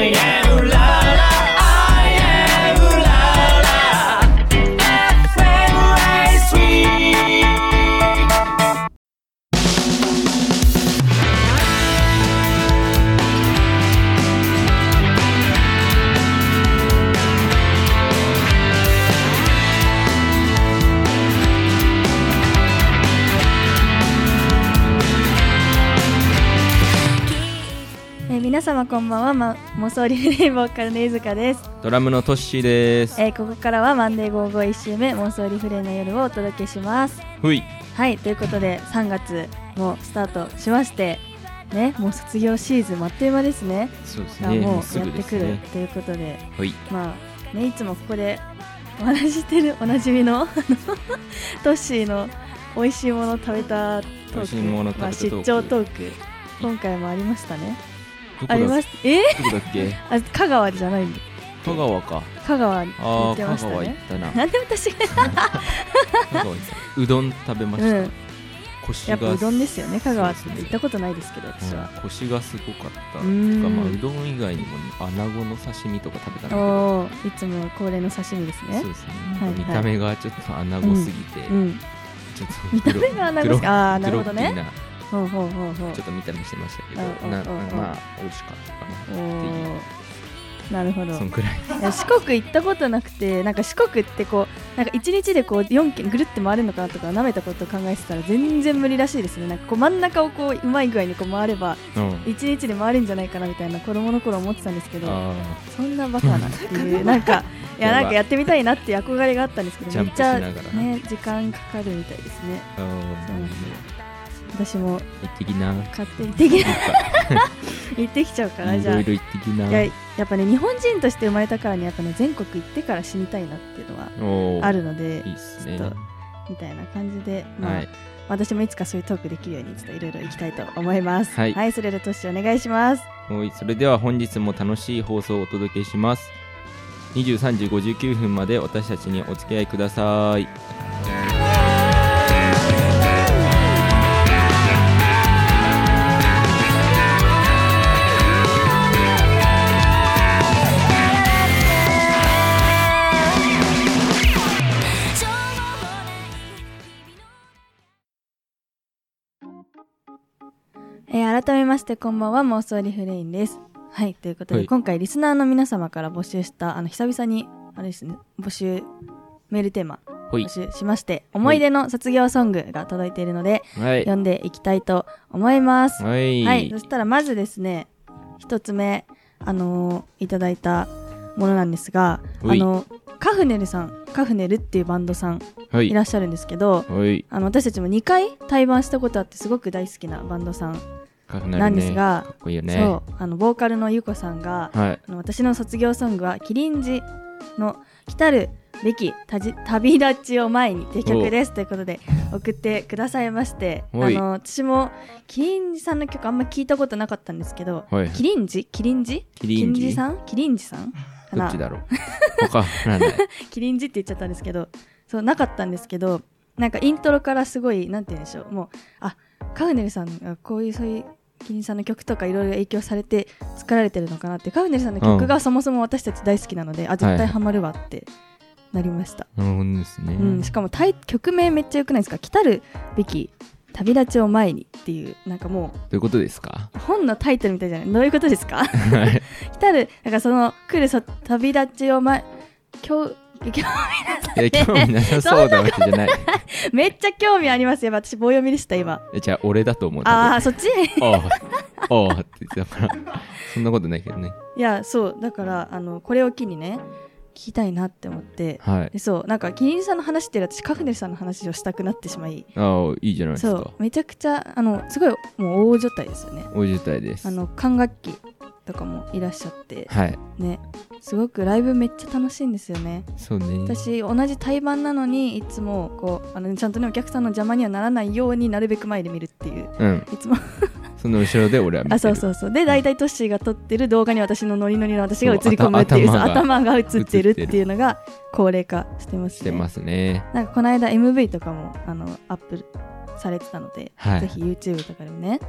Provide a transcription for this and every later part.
I am la la I am la la FM sweet。 皆様こんばんは、妄想リフレインボーカルの飯塚です。 ドラムのトッシーです。 ここからはマンデー55週目妄想リフレイの夜をお届けします。はい、ということで3月もスタートしましてね、もう卒業シーズンあっという間ですね。 そうですね、 もうやってくるということで、まあね、いつもここでお話ししてるおなじみのトッシーの美味しいもの食べたトーク、出張トーク今回もありましたね。あります。 どこだっけ？ 香川じゃないんで。 香川か。 香川に行ってましたね。 香川行ったな。 なんで私が香川行った。うどん食べました。 やっぱうどんですよね。香川って行ったことないですけど私は。 コシがすごかった。まあうどん以外にも穴子の刺身とか食べたんだけど。 いつも恒例の刺身ですね。 そうですね。見た目がちょっと穴子すぎて、ちょっと見た目が穴子すぎて、なるほどね。ちょっと見た目してましたけど、まあ美味しかったかなっていう。 なるほど。 そんくらい。 四国行ったことなくて、なんか四国ってこうなんか1日でこう4県ぐるって回るのかなとか舐めたことを考えてたら全然無理らしいですね。なんかこう真ん中をこううまい具合にこう回れば1日で回るんじゃないかなみたいな子供の頃思ってたんですけど、そんなバカなっていうなんかいやなんかやってみたいなっていう憧れがあったんですけど、めっちゃね時間かかるみたいですね。そうなんですよ。私も行ってきな。 勝手に行ってきな行ってきちゃうからじゃあ。 いろいろ行ってきな。 やっぱね日本人として生まれたからにやっぱね全国行ってから死にたいなっていうのはあるので、 いいっすね、 ちょっとみたいな感じで、まあ私もいつかそういうトークできるようにちょっといろいろ行きたいと思います。はい、それでトシお願いします。 それでは本日も楽しい放送をお届けします。23時59分まで私たちにお付き合いください。 改めましてこんばんは、妄想リフレインです。はい、ということで、今回リスナーの皆様から募集した久々にあれですね、メールテーマ募集しまして、思い出の卒業ソングが届いているので、読んでいきたいと思います。はい、そしたらまずですね、一つ目いただいたものなんですが、カフネルっていうバンドさんいらっしゃるんですけど、私たちも2回対バンしたことあってすごく大好きなバンドさんなんですが、 かっこいいよね。 そうボーカルのゆこさんが、私の卒業ソングはキリンジの来たるべき旅立ちを前にって曲ですということで送ってくださいまして、私もキリンジさんの曲あんま聞いたことなかったんですけど、キリンジさんかな、 どっちだろうわからないキリンジって言っちゃったんですけど、そうなかったんですけど、なんかイントロからすごいなんて言うんでしょう、もうカフネルさんがこういうそういうキリンさんの曲とかいろいろ影響されて作られてるのかなって、カフネルさんの曲がそもそも私たち大好きなので、絶対ハマるわってなりました。 なるほどですね。 しかも曲名めっちゃ良くないですか？来たるべき旅立ちを前にっていう、なんかもうどういうことですか？ 本のタイトルみたいじゃない？どういうことですか？来たるなんかその来る旅立ちを興味なさそうなわけじゃないめっちゃ興味ありますよ。私棒読みでした今。 じゃあ俺だと思う。 そっちおーって言ってたからそんなことないけどね。 いやそうだからこれを機にね聞きたいなって思って、でそうなんかキリンさんの話って私カフネルさんの話をしたくなってしまい、 いいじゃないですか。 そうめちゃくちゃすごいもう大所帯ですよね。 大所帯です。 管楽器とかもいらっしゃって、ね、すごくライブめっちゃ楽しいんですよね。 そうね。 私同じ対バンなのにいつもこうちゃんとねお客さんの邪魔にはならないようになるべく前で見るっていう、いつもその後ろで俺は見てる。 そうで大体トッシーが撮ってる動画に私のノリノリの私が映り込むっていう、頭が映ってるっていうのが高齢化してますね。 してますね。 なんかこの間 MV とかもアップされてたので、ぜひ YouTube とかでもね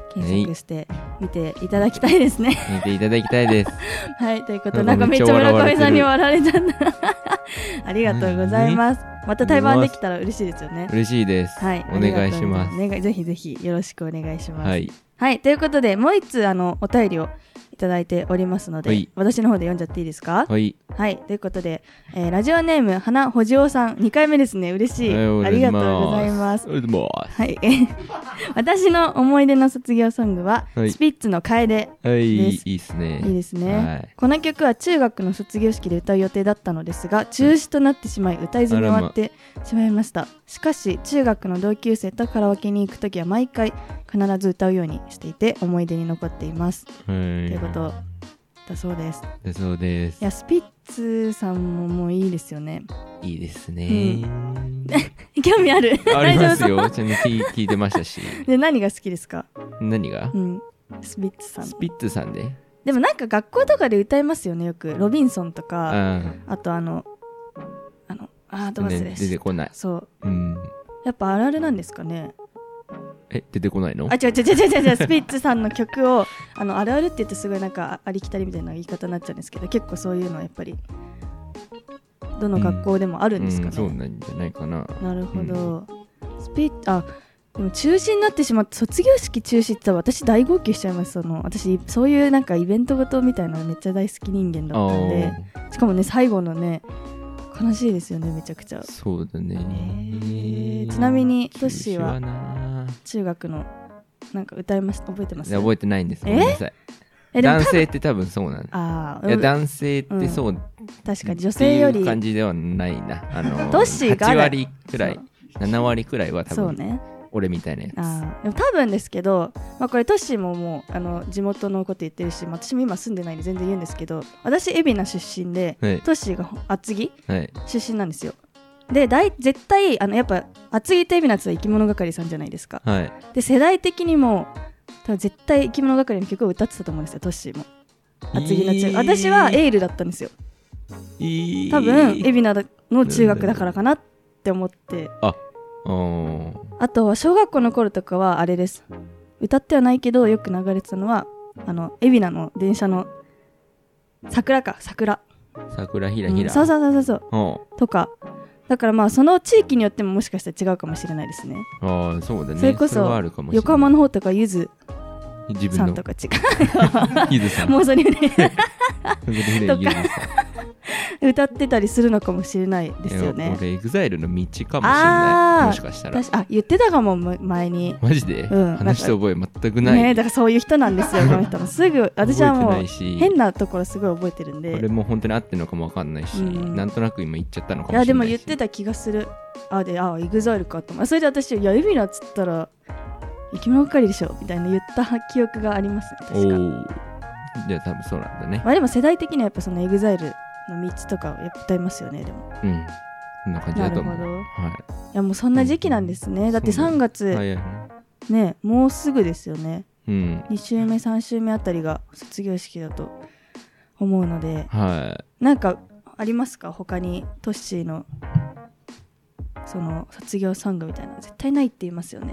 検索して見ていただきたいですね。 見ていただきたいです。 はい、ということで、なんかめっちゃ村上さんに笑われちゃった。ありがとうございます。また対バンできたら嬉しいですよね。 嬉しいです。 はい、 お願いします。 ぜひぜひよろしくお願いします。 はい。 はい、ということで、もう一つお便りをいただいておりますので、私の方で読んじゃっていいですか？はい。はい、ということで、ラジオネーム花ほじおさん、2回目ですね。嬉しい。ありがとうございます。はい。私の思い出の卒業ソングは、スピッツの楓です。 いいですね。 いいですね。この曲は中学の卒業式で歌う予定だったのですが、中止となってしまい、歌いずに終わってしまいました。しかし、中学の同級生とカラオケに行くときは毎回必ず歌うようにしていて、思い出に残っています。ということだそうです。いや、スピッツさんももういいですよね。 いいですね。 興味ある？ ありますよ。ちゃんと聞いてましたし。 で、何が好きですか？ 何が？ スピッツさん。 スピッツさんで？ でもなんか学校とかで歌いますよね、よく。ロビンソンとか、あとどう忘れし。 出てこない。 そう。やっぱあるあるなんですかね。 出てこないの？ 違う、スピッツさんの曲をあるあるって言ってすごいなんかありきたりみたいな言い方になっちゃうんですけど、結構そういうのはやっぱりどの学校でもあるんですかね。 そうなんじゃないかな。 なるほど。でも中止になってしまって、卒業式中止って言ったら私大号泣しちゃいます。私そういうなんかイベントごとみたいなのめっちゃ大好き人間だったんで、しかもね最後のね悲しいですよね、めちゃくちゃ。 そうだね。 ちなみにトッシーは中学のなんか歌いました？覚えてます？ 覚えてないんです。ごめんなさい。男性って多分そうなんだ。いや男性ってそう、 確かに女性よりっていう感じではないな。 トッシーが 8割くらい、7割くらいは多分そうね、 俺みたいなやつ。 でも多分ですけど、これトッシーももう地元のこと言ってるし、私も今住んでないんで全然言うんですけど、私海老名出身で、トッシーが厚木、出身なんですよ。で絶対やっぱ厚木と海老名って生き物係さんじゃないですか。で世代的にも多分絶対生き物係の曲を歌ってたと思うんですよ、トッシーも。厚木の中、私はエールだったんですよ。多分海老名の中学だからかなって思って。あとは小学校の頃とかはあれです、歌ってはないけどよく流れてたのは海老名の電車の桜ひらひら、そうとかだからその地域によってももしかしたら違うかもしれないですね。 そうだね。 それこそ横浜の方とかゆずさんとか違うゆずさんもうそれでとか歌ってたりするのかもしれないですよね。 俺エグザイルの道かもしれない。もしかしたら言ってたかも前に。 マジで？話した覚え全くないね。 だからそういう人なんですよ、この人も。すぐ私はもう変なところすごい覚えてるんで。 俺も本当に合ってるのかも分かんないし、なんとなく今言っちゃったのかもしれないし。 いやでも言ってた気がする。エグザイルかと思う。それで私海老名っつったら生き物係でしょみたいな言った記憶がありますね、確か。 じゃあ多分そうなんだね。 でも世代的にはやっぱそのエグザイルの道とかやっぱ歌いますよね。でもこんな感じだと思う。 なるほど。いやもうそんな時期なんですね。だって3月ね、もうすぐですよね。2週目3週目あたりが卒業式だと思うので、なんかありますか？他にトッシーのその卒業ソングみたいなの絶対ないって言いますよね。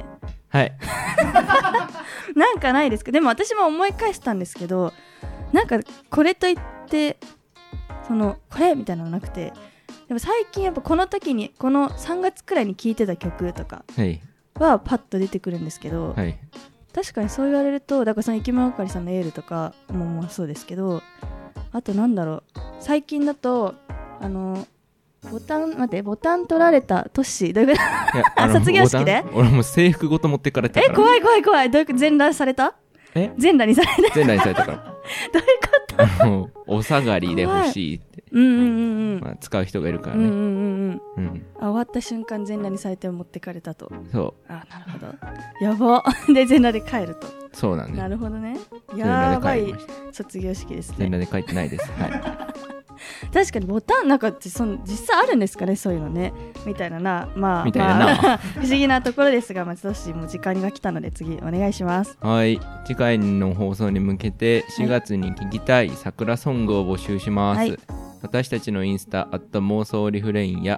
なんかないですか？でも私も思い返したんですけど、なんかこれといってこれみたいなのなくて、でも最近やっぱこの時にこの3月くらいに聴いてた曲とかはパッと出てくるんですけど、確かにそう言われると、だからその生き物係さんのエールとかもそうですけど、あとなんだろう、最近だとボタン取られたトッシーどういうこと卒業式で俺も制服ごと持ってかれたから。 怖いどういうこと？全裸された？全裸にされたからどういうこと？ お下がりで欲しいって、使う人がいるからね。 終わった瞬間全裸にされて持ってかれたと。 そう。 なるほど。やばで全裸で帰ると。 そうなんです。 なるほどね。やばい卒業式ですね。 全裸で帰ってないです。 確かにボタンなんか実際あるんですかね、そういうのね、みたいなな不思議なところですが、松戸市も時間が来たので次お願いします。 次回の放送に向けて4月に聴きたい桜ソングを募集します。私たちのインスタ妄想リフレイン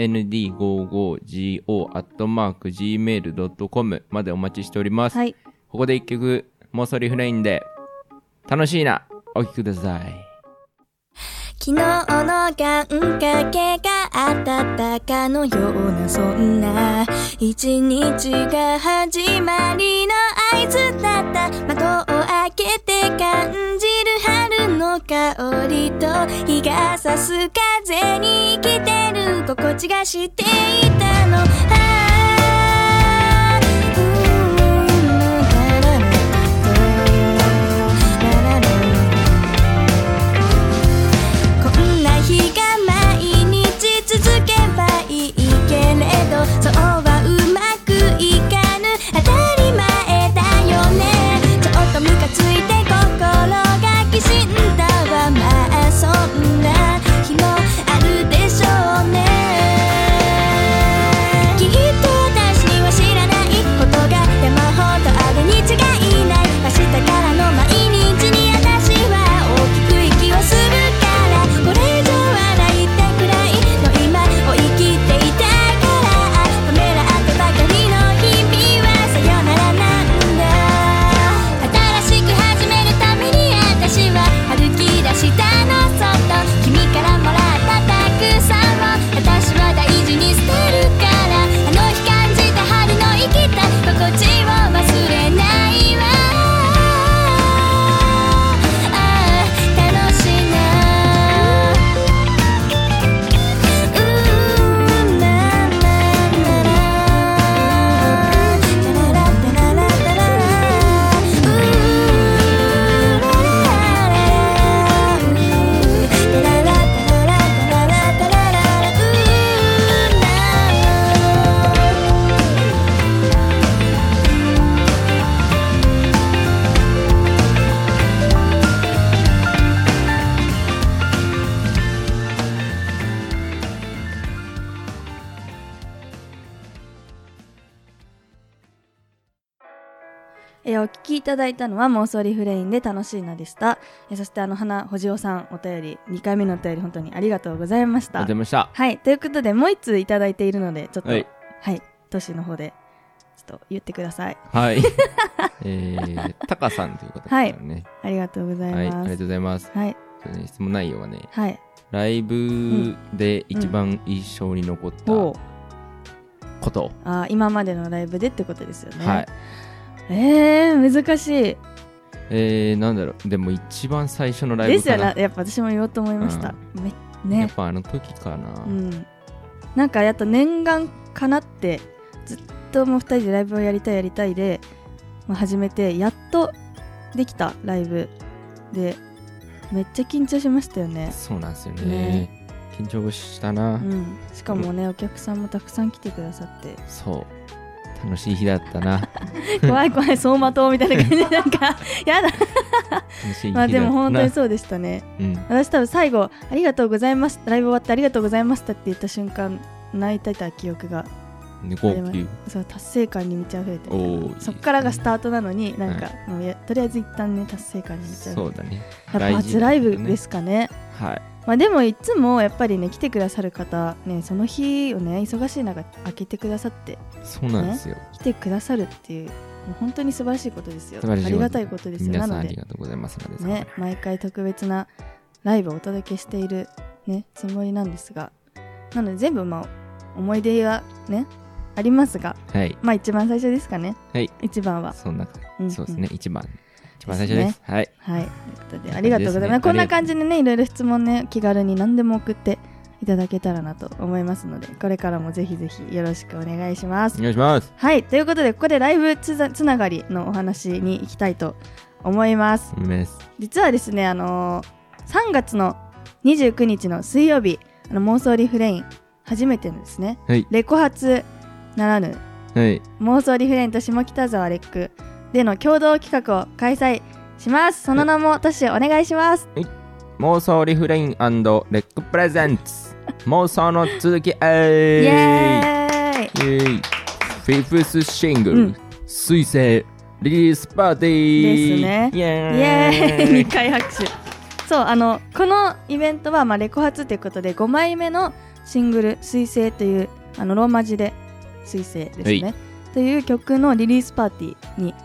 や、mnd55go@gmail.com までお待ちしております。 ここで一曲妄想リフレインで楽しいなお聴きください。 昨日の願掛けが当たったかのようなそんな一日が始まりの合図だった。窓を開けて感じる春の香りと日が差す風に生きてる心地がしていたの。そうはうまくいかぬ当たり前だよね。ちょっとムカついて心がきしんだわ。まあそんな日もあるでしょうね。きっと私には知らないことが山ほどあるに違いない。明日からの毎日に私は大きく息をするから、これ以上はないってくらいの今を生きていた。下の外君からもらったたくさんを私は大事に捨てるから、あの日感じた春の生きた心地を忘れないわ。楽しいなお聞きいただいたのは妄想リフレインで楽しいなでした。そして花ほじおさんお便り2回目のお便り本当にありがとうございました。 ありがとうございました。 はい、ということでもう一通いただいているのでちょっとはいトシの方でちょっと言ってください。 はいタカさんという方からね、 ありがとうございます。 はい、ありがとうございます。 はい、 ちょっとね、質問内容はね、 はい、 ライブで一番印象に残ったこと、 今までのライブでってことですよね。 はい。 難しい。 なんだろう、でも一番最初のライブかなですよね。やっぱ私も言おうと思いました。ね。 やっぱあの時かな。 なんかやっと念願かなってずっともう2人でライブをやりたいで、始めてやっとできたライブでめっちゃ緊張しましたよね。 そうなんですよね。緊張したな。 しかもね、お客さんもたくさん来てくださって。 そう。楽しい日だったな。 怖い走馬灯みたいな感じでなんかやだでも本当にそうでしたね。私多分最後ありがとうございます、ライブ終わってありがとうございましたって言った瞬間泣いてた記憶が、そう達成感に満ち溢れて、そっからがスタートなのになんか、とりあえず一旦ね達成感に満ち溢れて、 そうだね、 やっぱ初ライブですかね。 はい。 でもいつもやっぱりね来てくださる方ね、その日をね忙しい中開けてくださって、 そうなんですよ、 来てくださるっていうもう本当に素晴らしいことですよ。ありがたいことですよ。 皆さんありがとうございますのでね、毎回特別なライブをお届けしているねつもりなんですが、なので全部思い出がねありますが、一番最初ですかね。一番はそうですね、一番最初です。はい。 ということでありがとうございます。こんな感じでねいろいろ質問ね気軽に何でも送っていただけたらなと思いますので、これからもぜひぜひよろしくお願いします。 お願いします。 はい、ということでここでライブつながりのお話に行きたいと思います。実はですね3月の29日の水曜日妄想リフレイン初めてのですね、レコ発ならぬ、妄想リフレインと下北沢レックでの共同企画を開催します。その名もトシお願いします。 妄想リフレイン&レックプレゼンツ妄想の続きイエーイフィフスシングル、水星リリースパーティーですね。イエーイ2回拍手。そうこのイベントはレコ発ということで5枚目のシングル水星というローマ字で水星ですね、という曲のリリースパーティーに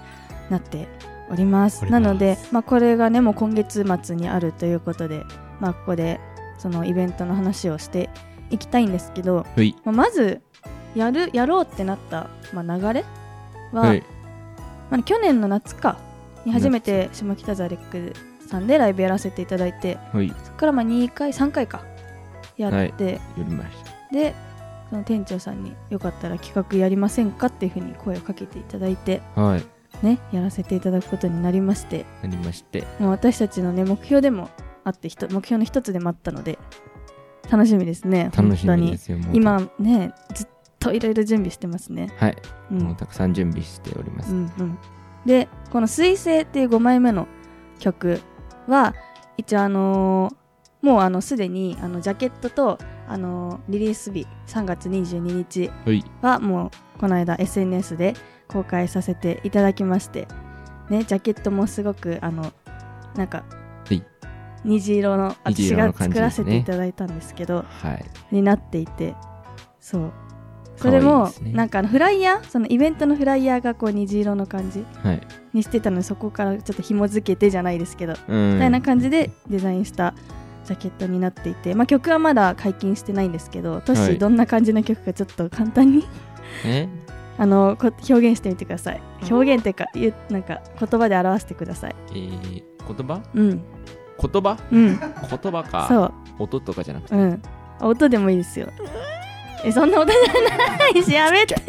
なっております。なので、これがねもう今月末にあるということで、ここでそのイベントの話をしていきたいんですけど、まずやろうってなった、流れは、去年の夏に初めて下北沢レックさんでライブやらせていただいて、そこから2回3回やって、 やりました。 でその店長さんによかったら企画やりませんかっていうふうに声をかけていただいて、やらせていただくことになりまして、もう私たちのね目標でもあって目標の一つでもあったので楽しみですね。 楽しみですよ。 今ねずっといろいろ準備してますね。 もうたくさん準備しております。 でこの水星っていう5枚目の曲は一応もうすでにジャケットとリリース日3月22日はもうこの間 SNS で公開させていただきまして、ね、ジャケットもすごくなんか虹色の私が作らせていただいたんですけど、になっていて、それもなんかフライヤー、そのイベントのフライヤーがこう虹色の感じにしてたので、そこからちょっと紐付けてじゃないですけどみたいな感じでデザインしたジャケットになっていて、曲はまだ解禁してないんですけど、トシどんな感じの曲かちょっと簡単に表現してみてください。表現っていうかなんか言葉で表してください。 言葉？ 言葉？言葉か。 そう。 音とかじゃなくて。 音でもいいですよ。そんな音じゃないし、やめて。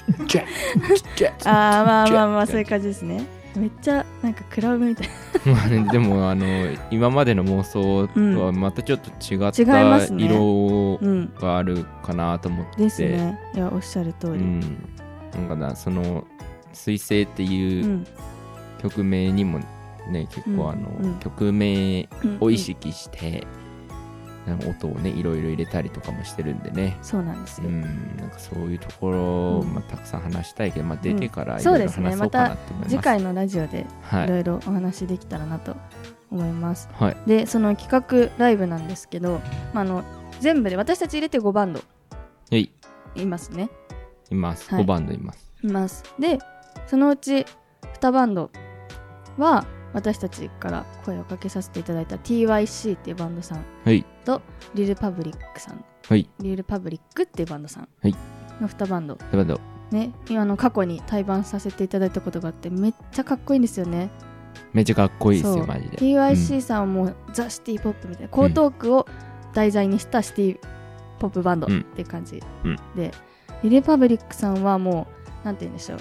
まあそういう感じですね。めっちゃなんかクラウドみたいな。でも今までの妄想とはまたちょっと違った色があるかなと思って。 ですね。いやおっしゃる通り。 なんかな、その水星っていう曲名にもね、結構曲名を意識して音をねいろいろ入れたりとかもしてるんでね。 そうなんですよ。 なんかそういうところたくさん話したいけど、出てからいろいろ話そうかなって思います。 また次回のラジオでいろいろお話できたらなと思います。でその企画ライブなんですけど、全部で私たち入れて5バンドいますね。 います。5バンドいます。 でそのうち2バンドは私たちから声をかけさせていただいた TYC っていうバンドさんとリルパブリックさん、リルパブリックっていうバンドさんの2バンド、ね、今過去に対バンさせていただいたことがあって、めっちゃかっこいいんですよね。 めっちゃかっこいいですよマジで。 TYC さんはもうザ・シティポップみたいな江東区を題材にしたシティポップバンドっていう感じで、リルパブリックさんはもうなんて言うんでしょう、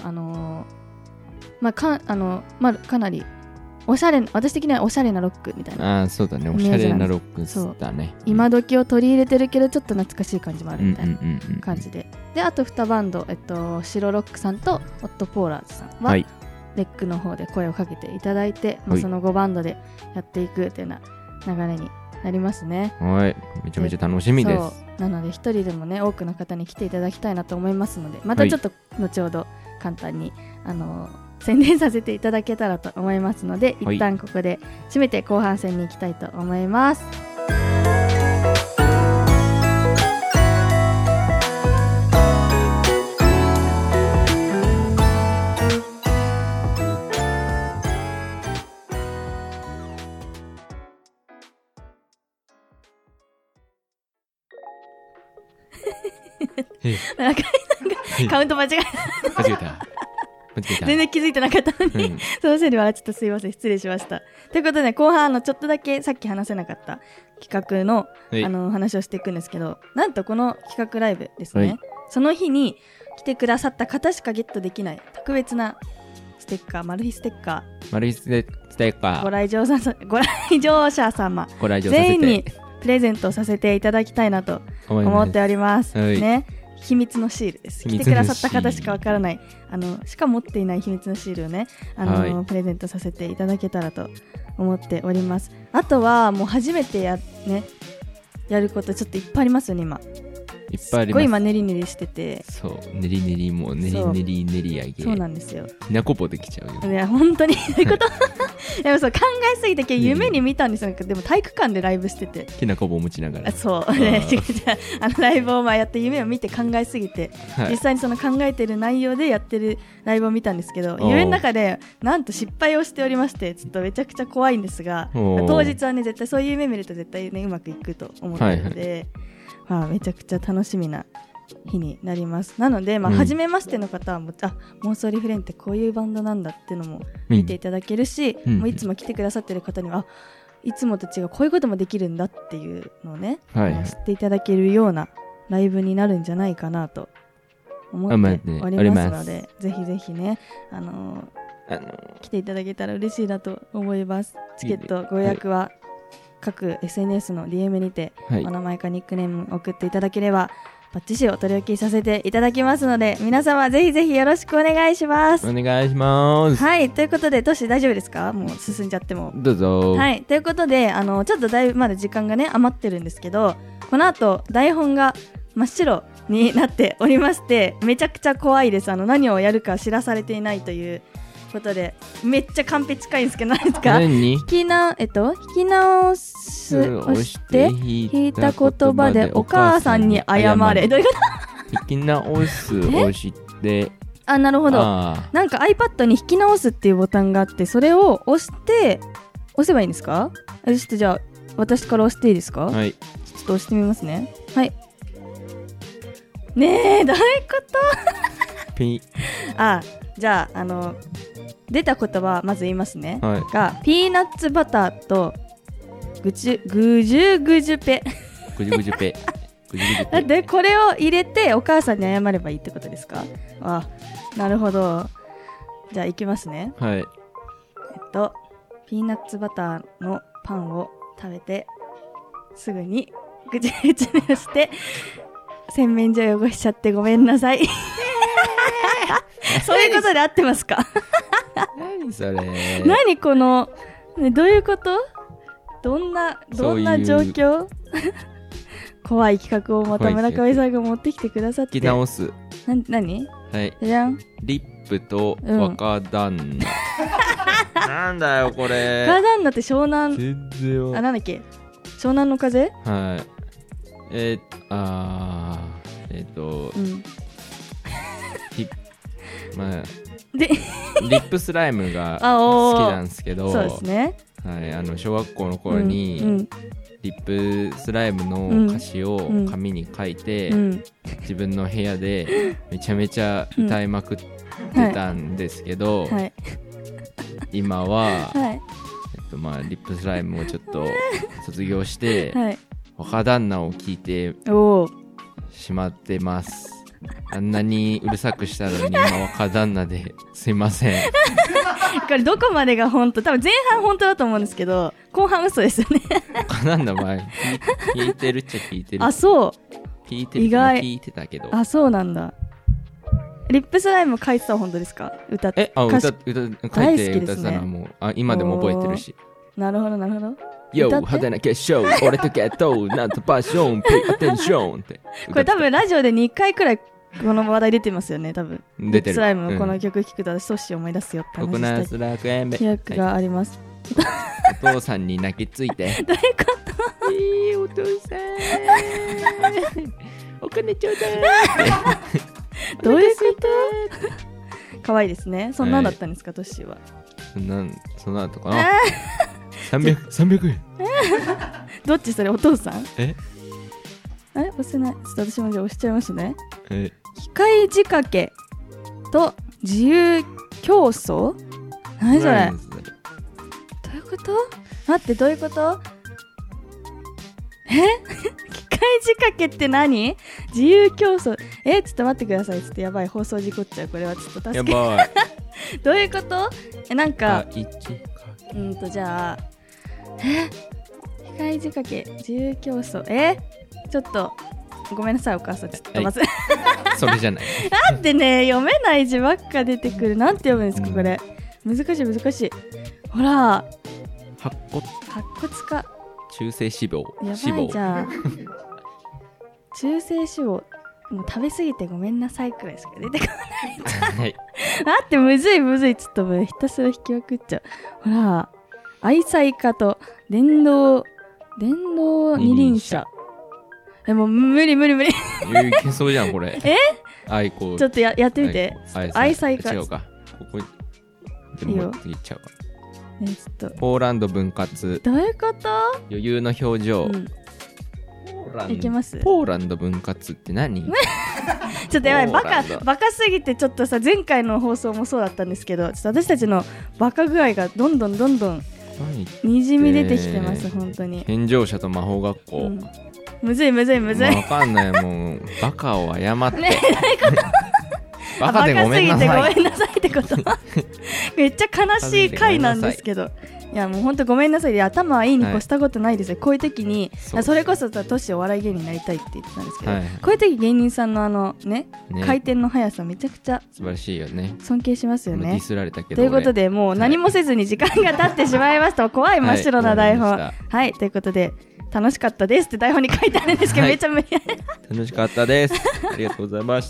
かなりおしゃれ、私的にはおしゃれなロックみたいな。 そうだね、おしゃれなロックだね。 今時を取り入れてるけどちょっと懐かしい感じもあるみたいな感じで、であと2バンド、白ロックさんとオットポーラーズさんはレックの方で声をかけていただいて、その5バンドでやっていくというような流れになりますね。 めちゃめちゃ楽しみです。 なので一人でもね多くの方に来ていただきたいなと思いますので、またちょっと後ほど簡単に宣伝させていただけたらと思いますので、一旦ここで締めて後半戦に行きたいと思います。なんかカウント間違えた。全然気づいてなかったのに、そのせいで笑っちゃった。すいません、失礼しました。ということで後半ちょっとだけさっき話せなかった企画の、話をしていくんですけど、なんとこの企画ライブですね、その日に来てくださった方しかゲットできない特別なステッカー、マル秘ステッカー、ご来場者様全員にプレゼントさせていただきたいなと思っておりますね。秘密のシールです。来てくださった方しかわからない、しか持っていない秘密のシールをね、プレゼントさせていただけたらと思っております。あとはもう初めてやることちょっといっぱいありますよね。今いっぱいあります。すごい今練り練りしてて、 練り練りもう練り練り練り上げ、 そうなんですよ。 ひなこぼできちゃうよ。 いや本当にそういうことでもそう考えすぎて夢に見たんですよ。でも体育館でライブしててきなこ棒持ちながら。 そうねライブをやって夢を見て考えすぎて、はい、実際にその考えてる内容でやってるライブを見たんですけど、夢の中でなんと失敗をしておりまして、ちょっとめちゃくちゃ怖いんですが、当日はね絶対そういう夢見ると絶対ねうまくいくと思ってるので、はいはい、めちゃくちゃ楽しみな日になります。なので、初めましての方は妄想リフレインってこういうバンドなんだっていうのも見ていただけるし、もういつも来てくださってる方にはいつもと違うこういうこともできるんだっていうのをね、はい、知っていただけるようなライブになるんじゃないかなと思っておりますので、ぜひぜひね、来ていただけたら嬉しいなと思います。チケットご予約は各 SNS の DM にて、はい、お名前かニックネーム送っていただければバッチシお取り置きさせていただきますので、皆様ぜひぜひよろしくお願いします。 お願いします。 はい、ということでトシ大丈夫ですか？もう進んじゃっても。 どうぞ。 はい、ということでちょっとだいぶまだ時間がね余ってるんですけど、この後台本が真っ白になっておりまして、めちゃくちゃ怖いです。何をやるか知らされていないということで、めっちゃカンペ近いんですけど、何ですか？引き直す押して引いた言葉でお母さんに謝れ。どういうこと？ 引き直す押して、 なるほど。なんか iPad に引き直すっていうボタンがあって、それを押せばいいんですか？ちょっとじゃあ私から押していいですか？ はい、ちょっと押してみますね。はい。ねえ、どういうことピじゃあ出た言葉はまず言いますね、 はい、 がピーナッツバターとぐじゅぐじゅペでこれを入れてお母さんに謝ればいいってことですか？なるほど。じゃあいきますね。 はい。 ピーナッツバターのパンを食べてすぐにぐちぐちして洗面所汚しちゃってごめんなさいそういうことで合ってますか？ 何それ？ 何この、ね、どういうこと？どんな状況？怖い企画をまた村上さんが持ってきてくださって。 聞き直す。 何？ はい。 じゃん。 リップと若旦那。なんだよこれ。 若旦那って湘南。 全然。 なんだっけ？湘南の風？ はい。リップスライムが好きなんですけど、 そうですね。 はい、小学校の頃に、リップスライムの歌詞を紙に書いて、自分の部屋でめちゃめちゃ歌いまくってたんですけど、今は、リップスライムをちょっと卒業して、若旦那を聞いてしまってます。あんなにうるさくしたのに今若旦那ですいませんこれどこまでが本当？多分前半本当だと思うんですけど後半嘘ですよね若旦那は聞いてるっちゃ聞いてる。 そう聞いてる。意外聞いてたけど。 そうなんだ。リップスライム書いてた本当ですか？歌って書いて歌ってたのはもう今でも覚えてるし。 なるほどなるほど。 Yo 派手な決勝俺と決闘なんとパッション Pay attention ってこれ多分ラジオで2回くらいこの話題出てますよね。多分出てる。 スライムこの曲聴くと私ソッシー思い出すよって話した記憶があります、 お父さんに泣きついてどういうこと？ お父さんお金ちょうだいどういうこと可愛いですね。そんなんだったんですか、トッシーは。 そんなんだったかな300円どっちそれ？お父さん？押せない。ちょっと私もじゃあ押しちゃいますね。機械仕掛けと自由競争？何それ？どういうこと？待って、どういうこと？機械仕掛けって何？自由競争。ちょっと待ってください。ちょっとやばい、放送事故っちゃう。これはちょっと助けて。 やばいどういうこと？なんかじゃあ機械仕掛け自由競争ちょっとごめんなさいお母さん、ちょっとまずそれじゃないなんでね、読めない字ばっか出てくる。なんて読むんですかこれ。難しい。ほら白骨化中性脂肪。 やばいじゃん中性脂肪もう食べ過ぎてごめんなさいくらいしか出てこないはい、待って、むずいちょっとひたすら引きまくっちゃう。ほら愛妻家と電動二輪車。もう無理。 いけそうじゃんこれ。愛子。 ちょっとやってみて。愛妻家。 違うか。ここでも言っちゃうか。 ちょっとポーランド分割。 どういうこと？ 余裕の表情。 いけます？ ポーランド分割って何？ ちょっとやばい、バカすぎて、ちょっとさ、前回の放送もそうだったんですけど、ちょっと私たちのバカ具合がどんどんにじみ出てきてます。本当に健常者と魔法学校、 むずい、 わかんない。もうバカを謝って、バカでごめんなさい。 バカすぎてごめんなさいってことめっちゃ悲しい回なんですけど、いやもう本当ごめんなさい。で、頭はいいに越したことないですよ、こういう時に。それこそトッシーお笑い芸人になりたいって言ってたんですけど、こういう時芸人さんの回転の速さめちゃくちゃ素晴らしいよね。 尊敬しますよね。 ディスられたけど。 ということで、もう何もせずに時間が経ってしまいました。怖い真っ白な台本。はい、ということで楽しかったですって台本に書いてあるんですけど、めちゃめちゃ楽しかったです。ありがとうございました。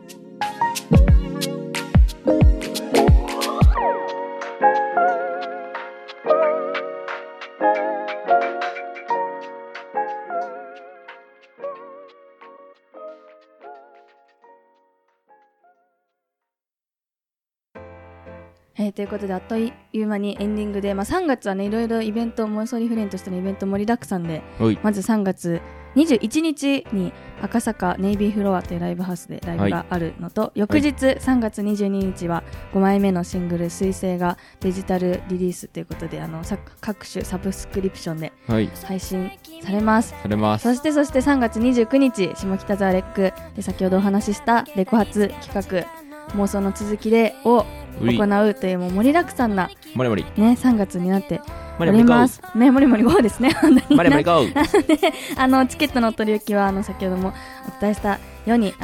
ということで、あっという間にエンディングで、3月はね、いろいろイベント、モンソーリフレインとしてのイベント盛りだくさんで、まず3月21日に赤坂ネイビーフロアというライブハウスでライブがあるのと、翌日3月22日は5枚目のシングル水星がデジタルリリースということで、各種サブスクリプションで配信されます。そして3月29日下北沢レックで先ほどお話ししたレコ発企画妄想の続きでを行うという、もう盛りだくさんな、3月になっておりますね。もりもり GO ですね。 もりもり GO チケットのお取り置きは先ほどもお伝えしたように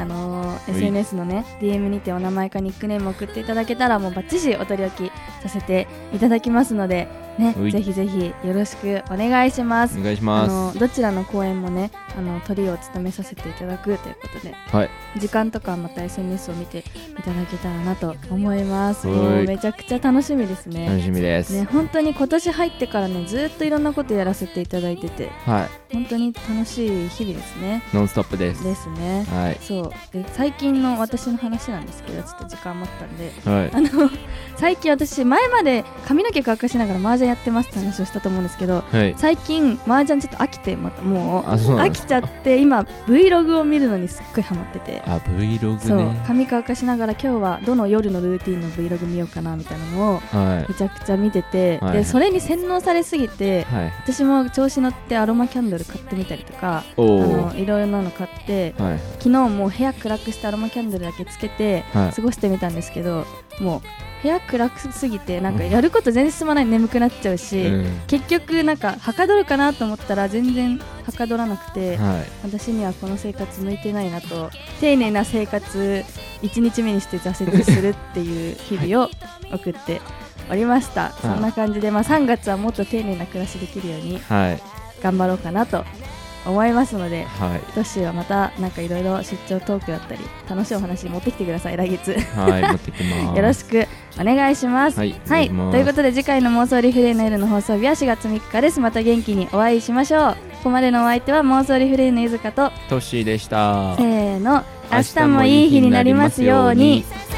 SNS のね DM にてお名前かニックネームを送っていただけたら、もうバッチシお取り置きさせていただきますのでね、ぜひぜひよろしくお願いします。どちらの公演もねトリを務めさせていただくということで、時間とかはまた SNS を見ていただけたらなと思います。もうめちゃくちゃ楽しみですね。 楽しみですね。本当に今年入ってからね、ずっといろんなことやらせていただいてて、本当に楽しい日々ですね。 ノンストップですね。そうで、最近の私の話なんですけど、ちょっと時間余ったんで、最近私前まで髪の毛乾かしながら麻雀やってますって話をしたと思うんですけど、最近麻雀ちょっと飽きて、またもう飽きちゃって、今 Vlog を見るのにすっごいハマってて、 Vlog ね。 そう髪乾かしながら今日はどの夜のルーティンの Vlog 見ようかなみたいなのをめちゃくちゃ見てて、でそれに洗脳されすぎて、私も調子乗ってアロマキャンドル買ってみたりとか、いろいろなの買って、昨日もう部屋暗くしてアロマキャンドルだけつけて過ごしてみたんですけど、もう部屋暗くすぎてなんかやること全然進まない、眠くなっちゃうし、結局なんかはかどるかなと思ったら全然はかどらなくて、私にはこの生活向いてないなと、丁寧な生活1日目にして挫折するっていう日々を送っておりました。そんな感じで、3月はもっと丁寧な暮らしできるように頑張ろうかなと思いますので、トッシーはまたなんかいろいろ出張トークだったり楽しいお話持ってきてください、来月。 持ってきます。 よろしくお願いします。ということで、次回の妄想リフレイの夜の放送日は4月3日です。また元気にお会いしましょう。ここまでのお相手は妄想リフレイのゆずかとトッシーでした。 せーの、明日もいい日になりますように。